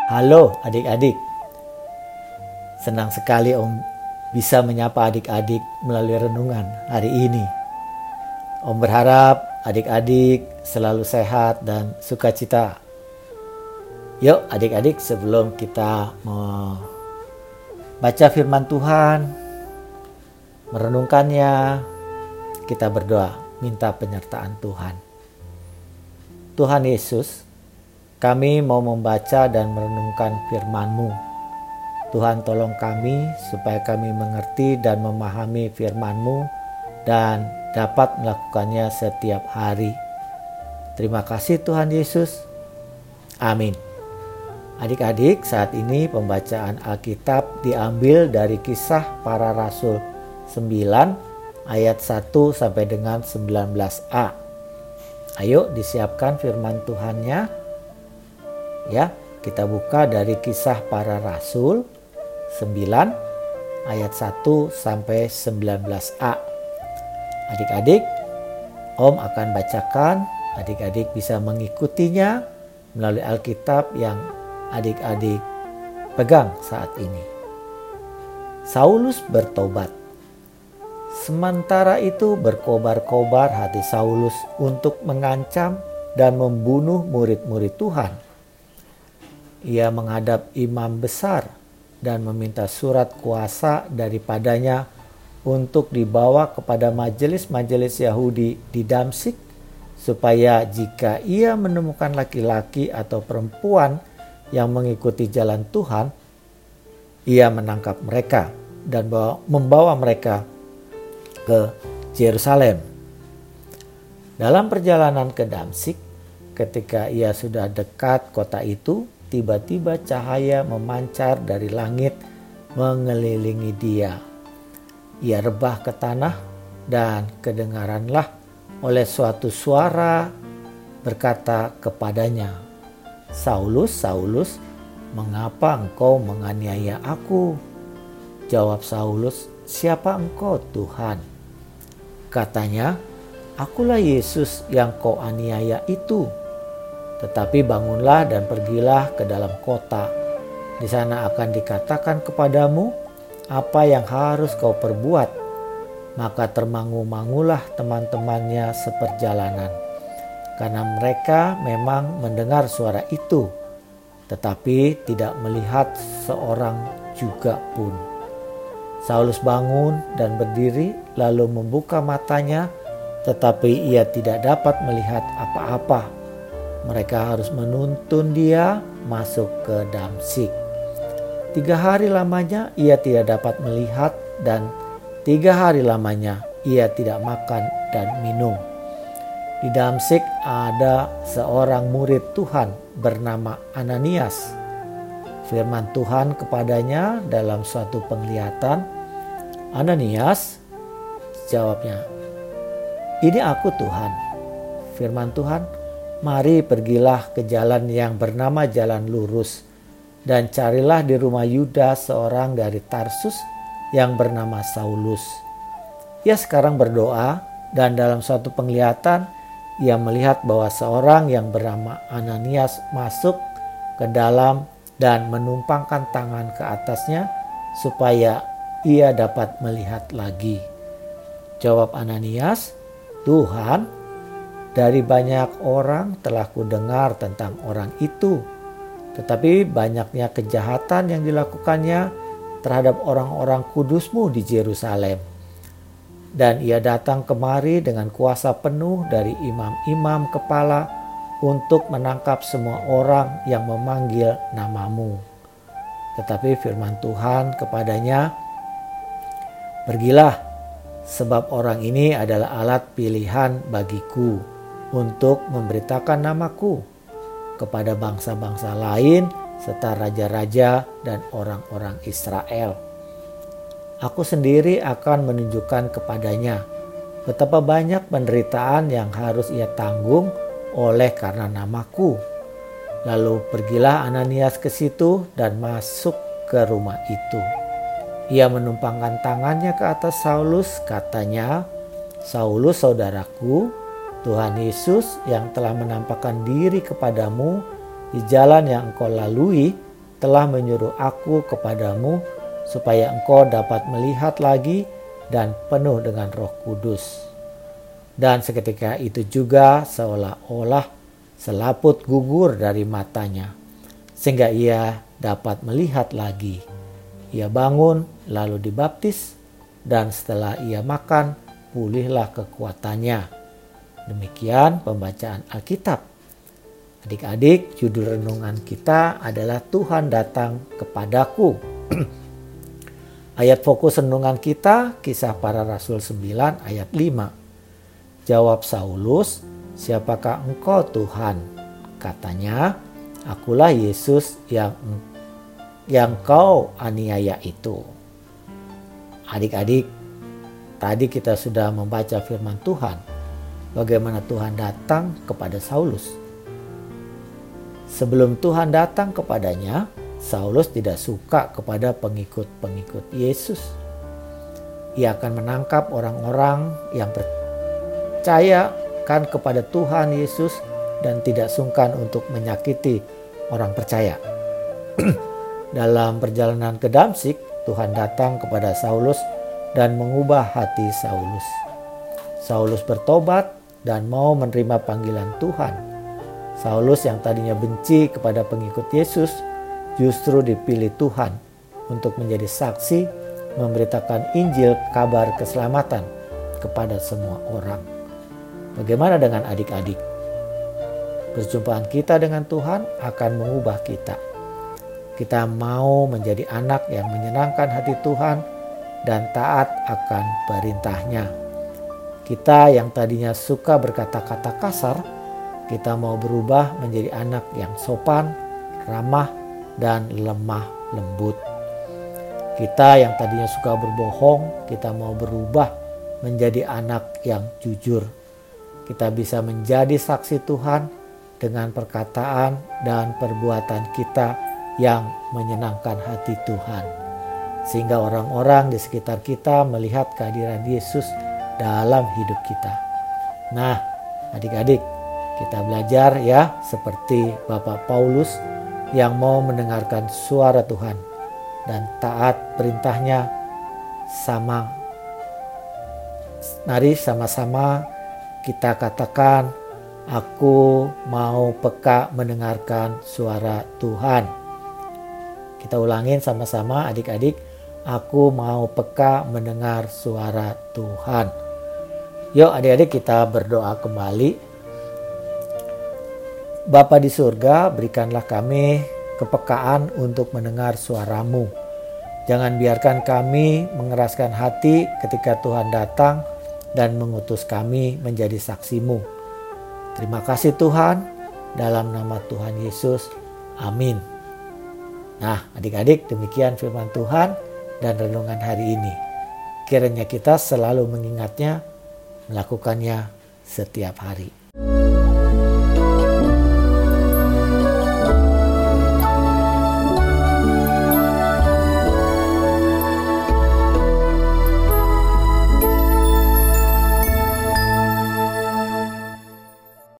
Halo adik-adik, senang sekali Om bisa menyapa adik-adik melalui renungan hari ini. Om berharap adik-adik selalu sehat dan sukacita. Yuk adik-adik, sebelum kita membaca firman Tuhan, merenungkannya, kita berdoa minta penyertaan Tuhan. Tuhan Yesus, kami mau membaca dan merenungkan firman-Mu. Tuhan, tolong kami supaya kami mengerti dan memahami firman-Mu dan dapat melakukannya setiap hari. Terima kasih Tuhan Yesus. Amin. Adik-adik, saat ini pembacaan Alkitab diambil dari Kisah Para Rasul 9 ayat 1 sampai dengan 19a. Ayo disiapkan firman Tuhannya. Ya, kita buka dari Kisah Para Rasul 9 ayat 1 sampai 19a. Adik-adik, Om akan bacakan, adik-adik bisa mengikutinya melalui Alkitab yang adik-adik pegang saat ini. Saulus bertobat. Sementara itu berkobar-kobar hati Saulus untuk mengancam dan membunuh murid-murid Tuhan. Ia menghadap imam besar dan meminta surat kuasa daripadanya untuk dibawa kepada majelis-majelis Yahudi di Damsyik, supaya jika ia menemukan laki-laki atau perempuan yang mengikuti jalan Tuhan, ia menangkap mereka dan membawa mereka ke Yerusalem. Dalam perjalanan ke Damsyik, ketika ia sudah dekat kota itu, tiba-tiba cahaya memancar dari langit mengelilingi dia. Ia rebah ke tanah dan kedengaranlah oleh suatu suara berkata kepadanya, "Saulus, Saulus, mengapa engkau menganiaya aku?" Jawab Saulus, "Siapa engkau, Tuhan?" Katanya, "Akulah Yesus yang kau aniaya itu. Tetapi bangunlah dan pergilah ke dalam kota. Di sana akan dikatakan kepadamu apa yang harus kau perbuat." Maka termangu-mangulah teman-temannya seperjalanan, karena mereka memang mendengar suara itu, tetapi tidak melihat seorang juga pun. Saulus bangun dan berdiri, lalu membuka matanya, tetapi ia tidak dapat melihat apa-apa. Mereka harus menuntun dia masuk ke Damsyik. 3 hari lamanya ia tidak dapat melihat, dan 3 hari lamanya ia tidak makan dan minum. Di Damsyik ada seorang murid Tuhan bernama Ananias. Firman Tuhan kepadanya dalam suatu penglihatan, "Ananias," jawabnya. "Ini aku, Tuhan." Firman Tuhan, "Mari pergilah ke jalan yang bernama Jalan Lurus, dan carilah di rumah Yudas seorang dari Tarsus yang bernama Saulus. Ia sekarang berdoa, dan dalam suatu penglihatan ia melihat bahwa seorang yang bernama Ananias masuk ke dalam dan menumpangkan tangan ke atasnya supaya ia dapat melihat lagi." Jawab Ananias, "Tuhan, dari banyak orang telah kudengar tentang orang itu, tetapi banyaknya kejahatan yang dilakukannya terhadap orang-orang kudus-Mu di Yerusalem. Dan ia datang kemari dengan kuasa penuh dari imam-imam kepala untuk menangkap semua orang yang memanggil nama-Mu." Tetapi firman Tuhan kepadanya, "Pergilah, sebab orang ini adalah alat pilihan bagiku untuk memberitakan namaku kepada bangsa-bangsa lain serta raja-raja dan orang-orang Israel. Aku sendiri akan menunjukkan kepadanya betapa banyak penderitaan yang harus ia tanggung oleh karena namaku." Lalu pergilah Ananias ke situ dan masuk ke rumah itu. Ia menumpangkan tangannya ke atas Saulus, katanya, "Saulus, saudaraku, Tuhan Yesus yang telah menampakkan diri kepadamu di jalan yang engkau lalui telah menyuruh aku kepadamu supaya engkau dapat melihat lagi dan penuh dengan Roh Kudus." Dan seketika itu juga seolah-olah selaput gugur dari matanya, sehingga ia dapat melihat lagi. Ia bangun lalu dibaptis, dan setelah ia makan, pulihlah kekuatannya. Demikian pembacaan Alkitab. Adik-adik, judul renungan kita adalah Tuhan datang kepadaku. Ayat fokus renungan kita, Kisah Para Rasul 9 ayat 5. Jawab Saulus, "Siapakah engkau Tuhan?" Katanya, "Akulah Yesus yang kau aniaya itu." Adik-adik, tadi kita sudah membaca firman Tuhan, bagaimana Tuhan datang kepada Saulus. Sebelum Tuhan datang kepadanya, Saulus tidak suka kepada pengikut-pengikut Yesus. Ia akan menangkap orang-orang yang percayakan kepada Tuhan Yesus dan tidak sungkan untuk menyakiti orang percaya. Dalam perjalanan ke Damsyik, Tuhan datang kepada Saulus dan mengubah hati Saulus. Saulus bertobat dan mau menerima panggilan Tuhan. Saulus yang tadinya benci kepada pengikut Yesus justru dipilih Tuhan untuk menjadi saksi memberitakan Injil, kabar keselamatan kepada semua orang. Bagaimana dengan adik-adik? Perjumpaan kita dengan Tuhan akan mengubah kita. Kita mau menjadi anak yang menyenangkan hati Tuhan dan taat akan perintahnya. Kita yang tadinya suka berkata-kata kasar, kita mau berubah menjadi anak yang sopan, ramah, dan lemah lembut. Kita yang tadinya suka berbohong, kita mau berubah menjadi anak yang jujur. Kita bisa menjadi saksi Tuhan dengan perkataan dan perbuatan kita yang menyenangkan hati Tuhan, sehingga orang-orang di sekitar kita melihat kehadiran Yesus dalam hidup kita. Nah, adik-adik, kita belajar ya seperti Bapak Paulus yang mau mendengarkan suara Tuhan dan taat perintahnya. Mari sama-sama kita katakan, "Aku mau peka mendengarkan suara Tuhan." Kita ulangin sama-sama adik-adik, "Aku mau peka mendengar suara Tuhan." Yuk adik-adik kita berdoa kembali. Bapa di surga, berikanlah kami kepekaan untuk mendengar suara-Mu. Jangan biarkan kami mengeraskan hati ketika Tuhan datang dan mengutus kami menjadi saksi-Mu. Terima kasih Tuhan, dalam nama Tuhan Yesus, amin. Nah adik-adik, demikian firman Tuhan dan renungan hari ini. Kiranya kita selalu mengingatnya, melakukannya setiap hari.